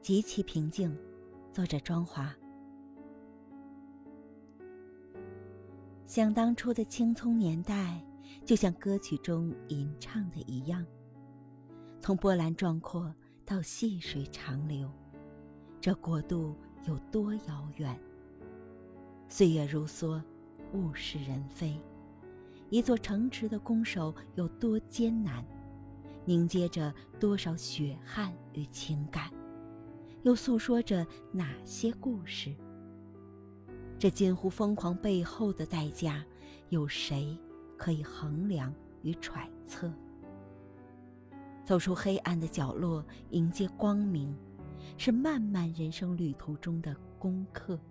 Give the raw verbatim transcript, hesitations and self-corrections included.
极其平静。作者庄华。想当初的青葱年代，就像歌曲中吟唱的一样，从波澜壮阔到细水长流，这国度有多遥远？岁月如梭，物是人非，一座城池的攻守有多艰难，凝结着多少血汗与情感，又诉说着哪些故事？这近乎疯狂背后的代价，有谁可以衡量与揣测？走出黑暗的角落，迎接光明，是漫漫人生旅途中的功课。